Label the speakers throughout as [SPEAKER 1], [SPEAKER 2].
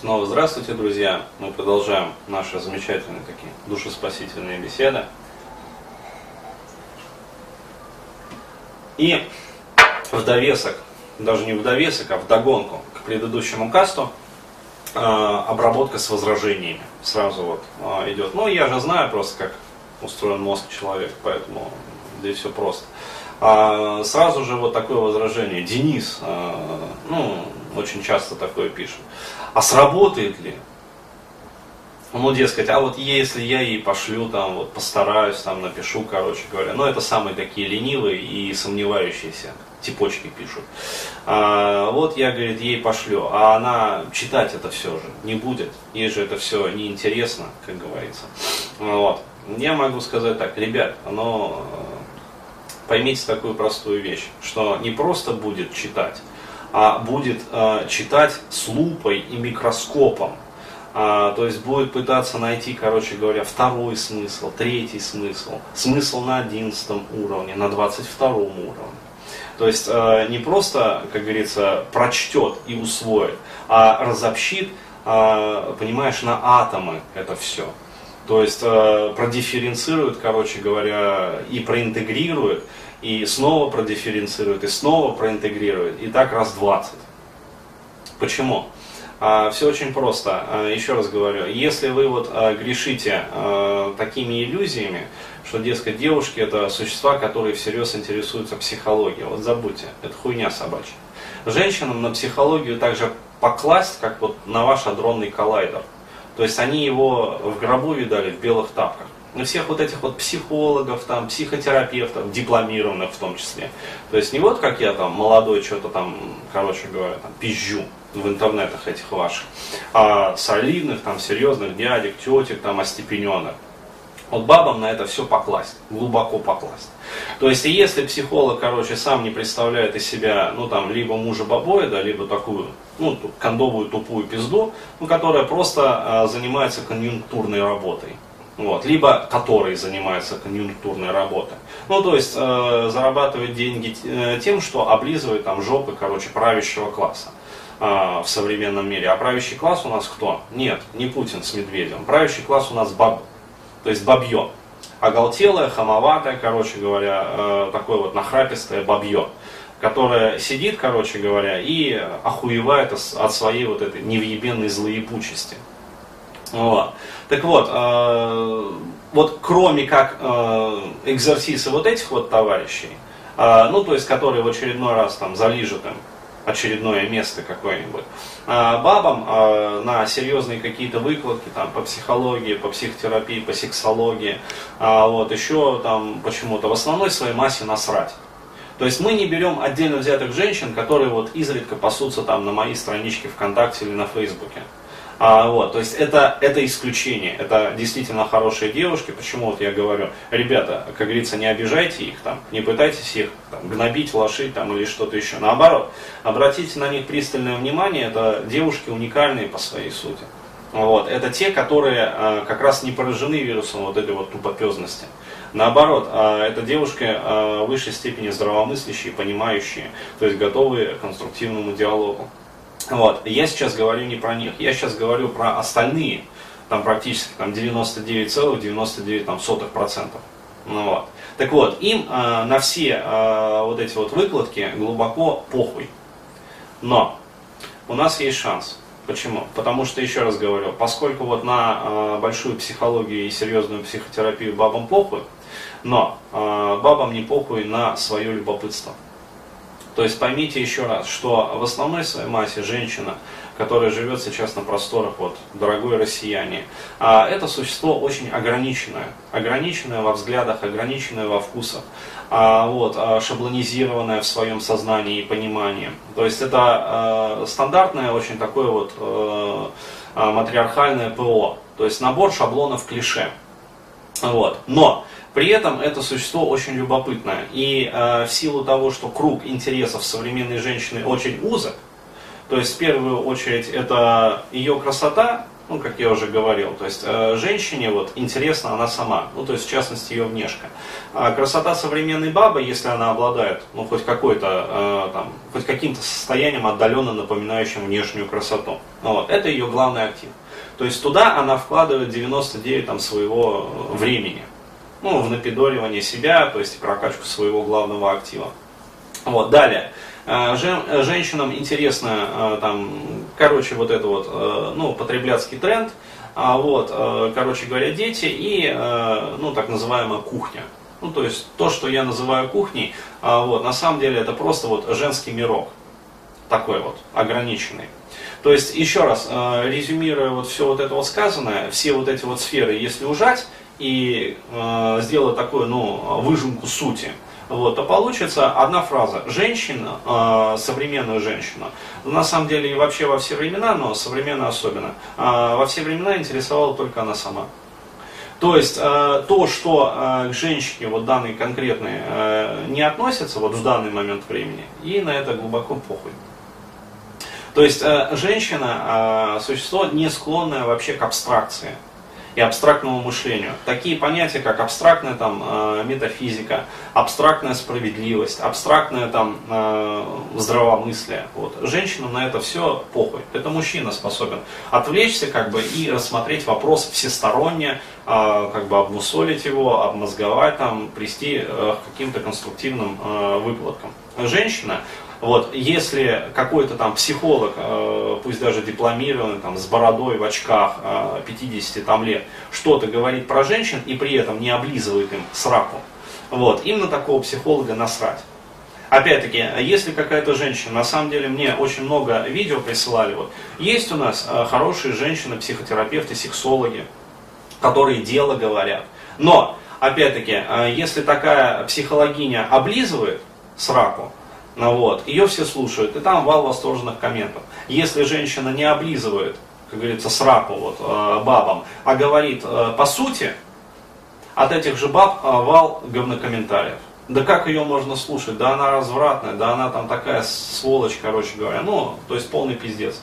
[SPEAKER 1] Снова здравствуйте, друзья! Мы продолжаем наши замечательные такие душеспасительные беседы. И в довесок, даже не в довесок, а вдогонку к предыдущему касту, обработка с возражениями сразу вот идет. Ну, я же знаю просто, как устроен мозг человека, поэтому здесь все просто. Сразу же вот такое возражение. Денис, очень часто такое пишет. А сработает ли? Ну, дескать, а вот если я ей пошлю, там, вот постараюсь, там, напишу, короче говоря. Ну, это самые такие ленивые и сомневающиеся типочки пишут. Вот я, говорит, ей пошлю, а она читать это все же не будет. Ей же это все неинтересно, как говорится. Вот. Я могу сказать так, ребят, поймите такую простую вещь, что не просто будет читать, а будет читать с лупой и микроскопом. То есть будет пытаться найти, короче говоря, второй смысл, третий смысл, смысл на 11 уровне, на 22 уровне. То есть не просто, как говорится, прочтет и усвоит, а разобщит, понимаешь, на атомы это все. То есть продифференцирует, короче говоря, и проинтегрирует, и снова продифференцирует, и снова проинтегрирует, и так раз 20. Почему? Все очень просто. Еще раз говорю, если вы вот грешите такими иллюзиями, что, дескать, девушки это существа, которые всерьез интересуются психологией, вот забудьте, это хуйня собачья. Женщинам на психологию также покласть, как вот на ваш адронный коллайдер. То есть они его в гробу видали в белых тапках. И всех вот этих вот психологов, там, психотерапевтов, дипломированных в том числе. То есть не вот как я там молодой что-то там, короче говоря, там, пизжу в интернетах этих ваших, а солидных, там, серьезных дядек, тетек, там, остепененных. Вот бабам на это все покласть, глубоко покласть. То есть, если психолог, короче, сам не представляет из себя, либо мужа-бабоида, либо такую, кондовую тупую пизду, которая просто занимается конъюнктурной работой. Вот, либо который занимается конъюнктурной работой. То есть, зарабатывает деньги тем, что облизывает там жопы, короче, правящего класса в современном мире. А правящий класс у нас кто? Нет, не Путин с Медведевым. Правящий класс у нас баб. То есть бабье. Оголтелое, хамоватое, короче говоря, такое вот нахрапистое бабье, которое сидит, короче говоря, и охуевает от своей вот этой невъебенной злоебучести. Вот. Так вот, вот кроме как экзорсисы вот этих вот товарищей, то есть которые в очередной раз там залижут им очередное место какое-нибудь, бабам на серьезные какие-то выкладки там, по психологии, по психотерапии, по сексологии, еще там почему-то в основной своей массе насрать. То есть мы не берем отдельно взятых женщин, которые вот изредка пасутся там на моей страничке ВКонтакте или на Фейсбуке. То есть это исключение, это действительно хорошие девушки. Почему вот я говорю, ребята, как говорится, не обижайте их, там, не пытайтесь их там, гнобить, лошить там, или что-то еще. Наоборот, обратите на них пристальное внимание, это девушки уникальные по своей сути. Это те, которые как раз не поражены вирусом вот этой вот тупопезности. Наоборот, это девушки в высшей степени здравомыслящие, понимающие, то есть готовые к конструктивному диалогу. Я сейчас говорю не про них, я сейчас говорю про остальные, там практически 99,99%. Так вот, им на все вот эти вот выкладки глубоко похуй. Но у нас есть шанс. Почему? Потому что, еще раз говорю, поскольку вот на большую психологию и серьезную психотерапию бабам похуй, но бабам не похуй на свое любопытство. То есть поймите еще раз, что в основной своей массе женщина, которая живет сейчас на просторах дорогой россияне, это существо очень ограниченное. Ограниченное во взглядах, ограниченное во вкусах, шаблонизированное в своем сознании и понимании. То есть это стандартное очень такое матриархальное ПО. То есть набор шаблонов клише. Но при этом это существо очень любопытное. И в силу того, что круг интересов современной женщины очень узок, то есть в первую очередь это ее красота, Ну, как я уже говорил, то есть женщине вот интересна она сама, ну, то есть в частности ее внешка. А красота современной бабы, если она обладает, ну, хоть какой-то, хоть каким-то состоянием, отдаленно напоминающим внешнюю красоту, вот, это ее главный актив. То есть туда она вкладывает 99 там, своего времени, ну, в напидоривание себя, то есть прокачку своего главного актива. Вот, далее. Женщинам интересно, там, короче, вот это вот, ну, потребляцкий тренд, вот, короче говоря, дети и, ну, так называемая кухня. Ну, то есть, то, что я называю кухней, вот, на самом деле, это просто вот женский мирок, такой вот, ограниченный. То есть, еще раз, резюмируя вот все вот это вот сказанное, все вот эти вот сферы, если ужать и сделать такую, ну, выжимку сути, вот, то получится одна фраза. Женщина, современную женщину, на самом деле и вообще во все времена, но современно особенно, во все времена интересовала только она сама. То есть то, что к женщине вот данной конкретной не относится вот в данный момент времени, и на это глубоко похуй. То есть женщина существо не склонное вообще к абстракции и абстрактному мышлению. Такие понятия, как абстрактная там, метафизика, абстрактная справедливость, абстрактное там, здравомыслие. Вот. Женщинам на это все похуй. Это мужчина способен отвлечься как бы, и рассмотреть вопрос всесторонне, как бы обмусолить его, обмозговать, там, прийти к каким-то конструктивным выкладкам. Женщина, вот, если какой-то там психолог, пусть даже дипломированный, там, с бородой, в очках, 50 там, лет, что-то говорит про женщин и при этом не облизывает им сраку, вот, им на такого психолога насрать. Опять-таки, если какая-то женщина, на самом деле мне очень много видео присылали, вот, есть у нас хорошие женщины, психотерапевты, сексологи, которые дело говорят. Но, опять-таки, если такая психологиня облизывает сраку, ну вот, ее все слушают, и там вал восторженных комментов. Если женщина не облизывает, как говорится, сраку вот, бабам, а говорит по сути, от этих же баб вал говнокомментариев. Да как ее можно слушать? Да она развратная, да она там такая сволочь, короче говоря. Ну, то есть полный пиздец.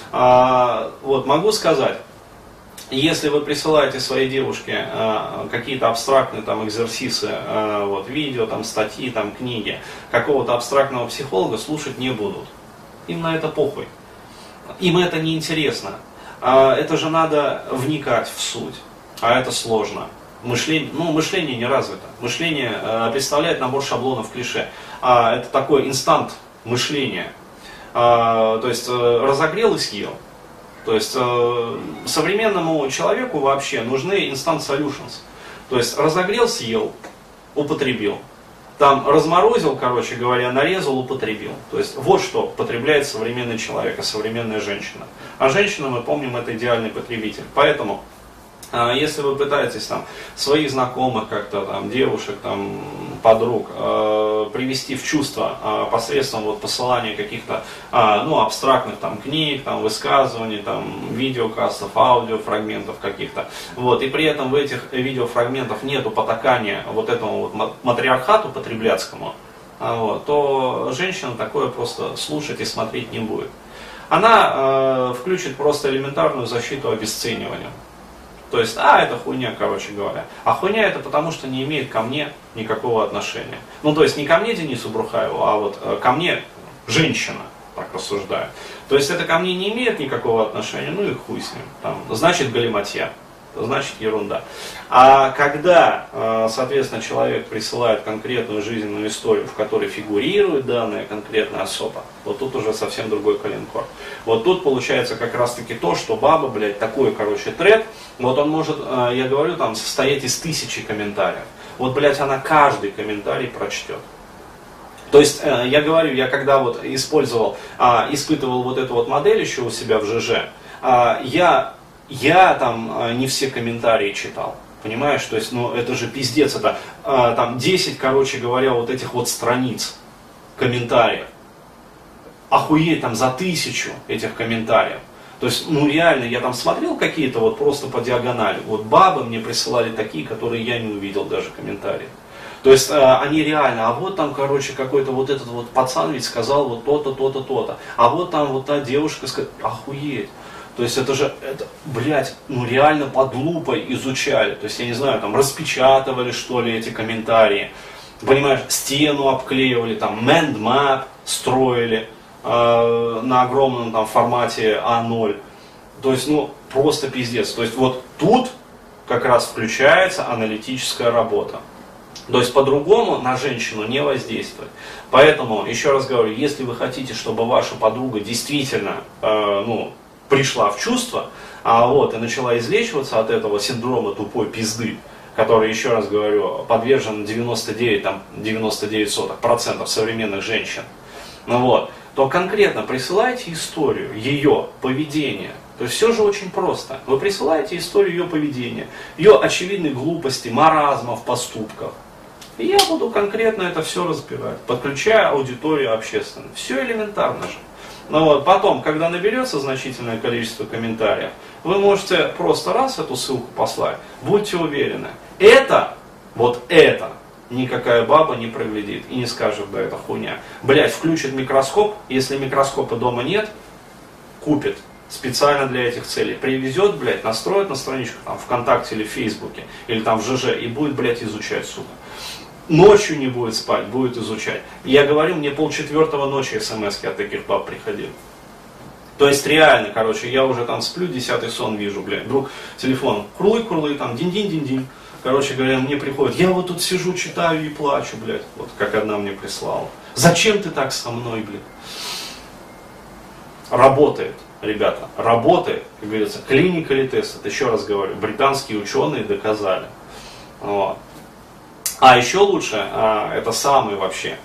[SPEAKER 1] Вот, могу сказать, если вы присылаете своей девушке какие-то абстрактные там экзерсисы, вот, видео, там, статьи, там, книги, какого-то абстрактного психолога слушать не будут. Им на это похуй. Им это не интересно. Это же надо вникать в суть. А это сложно. Мышление не развито. Мышление представляет набор шаблонов, клише. Это такой инстант мышления. То есть разогрел и съел. То есть современному человеку вообще нужны instant solutions. То есть разогрел, съел, употребил. Там разморозил, короче говоря, нарезал, употребил. То есть вот что потребляет современный человек, а современная женщина. А женщина, мы помним, это идеальный потребитель. Поэтому, если вы пытаетесь там своих знакомых, как-то там девушек, там подруг привести в чувство посредством вот посылания каких-то ну, абстрактных там книг, там высказываний, там видеокастов, аудиофрагментов каких-то, вот, и при этом в этих видеофрагментах нету потакания вот этому вот матриархату потребляцкому, вот, то женщина такое просто слушать и смотреть не будет. Она включит просто элементарную защиту обесценивания. То есть, это хуйня, короче говоря. А хуйня это потому, что не имеет ко мне никакого отношения. Ну, то есть, не ко мне, Денису Брухаеву, а вот ко мне женщина, так рассуждаю. То есть, это ко мне не имеет никакого отношения, ну и хуй с ним. Там, значит, галиматья, значит, ерунда. А когда, соответственно, человек присылает конкретную жизненную историю, в которой фигурирует данная конкретная особа, вот тут уже совсем другой коленкор. Вот тут получается как раз-таки то, что баба, блядь, такой, короче, тред, вот он может, я говорю, там, состоять из 1000 комментариев. Вот, блядь, она каждый комментарий прочтет. То есть, я говорю, я когда вот испытывал вот эту вот модель еще у себя в ЖЖ, я там не все комментарии читал. Понимаешь, то есть, ну это же пиздец, это там 10, короче говоря, вот этих вот страниц комментариев. Охуеть там за 1000 этих комментариев. То есть, ну реально, я там смотрел какие-то вот просто по диагонали. Вот бабы мне присылали такие, которые я не увидел даже комментарии. То есть они реально, а вот там, короче, какой-то вот этот вот пацан ведь сказал вот то-то, то-то, то-то. А вот там вот та девушка сказала, охуеть. То есть это же, блядь, ну реально под лупой изучали. То есть, я не знаю, там распечатывали, что ли, эти комментарии. Понимаешь, стену обклеивали, там, mind map строили на огромном там формате А0. То есть, ну, просто пиздец. То есть, вот тут как раз включается аналитическая работа. То есть, по-другому на женщину не воздействовать. Поэтому, еще раз говорю, если вы хотите, чтобы ваша подруга действительно, пришла в чувство, и начала излечиваться от этого синдрома тупой пизды, который, еще раз говорю, подвержен 99% современных женщин, то конкретно присылайте историю ее поведения. То есть все же очень просто. Вы присылаете историю ее поведения, ее очевидной глупости, маразмов, поступков. И я буду конкретно это все разбирать, подключая аудиторию общественную. Все элементарно же. Потом, когда наберется значительное количество комментариев, вы можете просто раз эту ссылку послать. Будьте уверены, это никакая баба не проглядит и не скажет, да это хуйня. Блять, включит микроскоп, если микроскопа дома нет, купит специально для этих целей. Привезет, блядь, настроит на страничку там ВКонтакте или в Фейсбуке, или там в ЖЖ и будет, блядь, изучать, сука. Ночью не будет спать, будет изучать. Я говорю, мне 3:30 ночи смс-ки от таких баб приходили. То есть реально, я уже там сплю, 10-й сон вижу, блядь. Вдруг телефон, курлы, там, динь-динь-динь-динь. Мне приходит, я вот тут сижу, читаю и плачу, блядь. Вот как одна мне прислала. Зачем ты так со мной, блядь? Работает, ребята, работает, как говорится, clinical test, еще раз говорю, британские ученые доказали. А еще лучше, это самая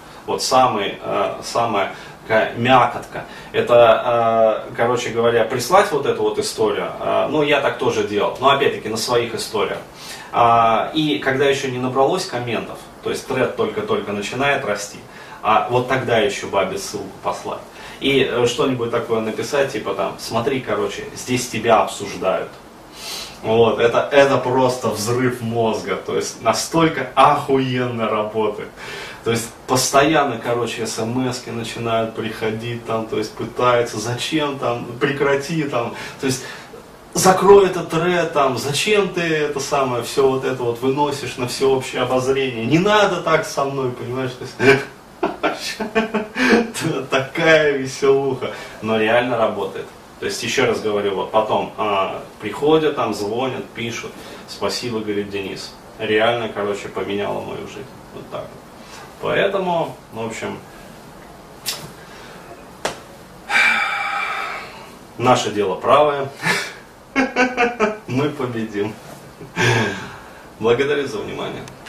[SPEAKER 1] такая мякотка. Это, прислать вот эту вот историю. Я так тоже делал, но опять-таки на своих историях. И когда еще не набралось комментов, то есть тред только-только начинает расти, вот тогда еще бабе ссылку послать. И что-нибудь такое написать, типа там, смотри, здесь тебя обсуждают. Это просто взрыв мозга, то есть настолько охуенно работает. То есть постоянно, смс-ки начинают приходить, там, то есть пытаются, зачем там, прекрати там, то есть закрой этот тред, там, зачем ты это самое, все вот это вот выносишь на всеобщее обозрение, не надо так со мной, понимаешь, то есть, такая веселуха, но реально работает. То есть, еще раз говорю, потом приходят, там, звонят, пишут, спасибо, говорит Денис, реально, поменяло мою жизнь, вот так вот. Поэтому, в общем, наше дело правое, мы победим. Благодарю за внимание.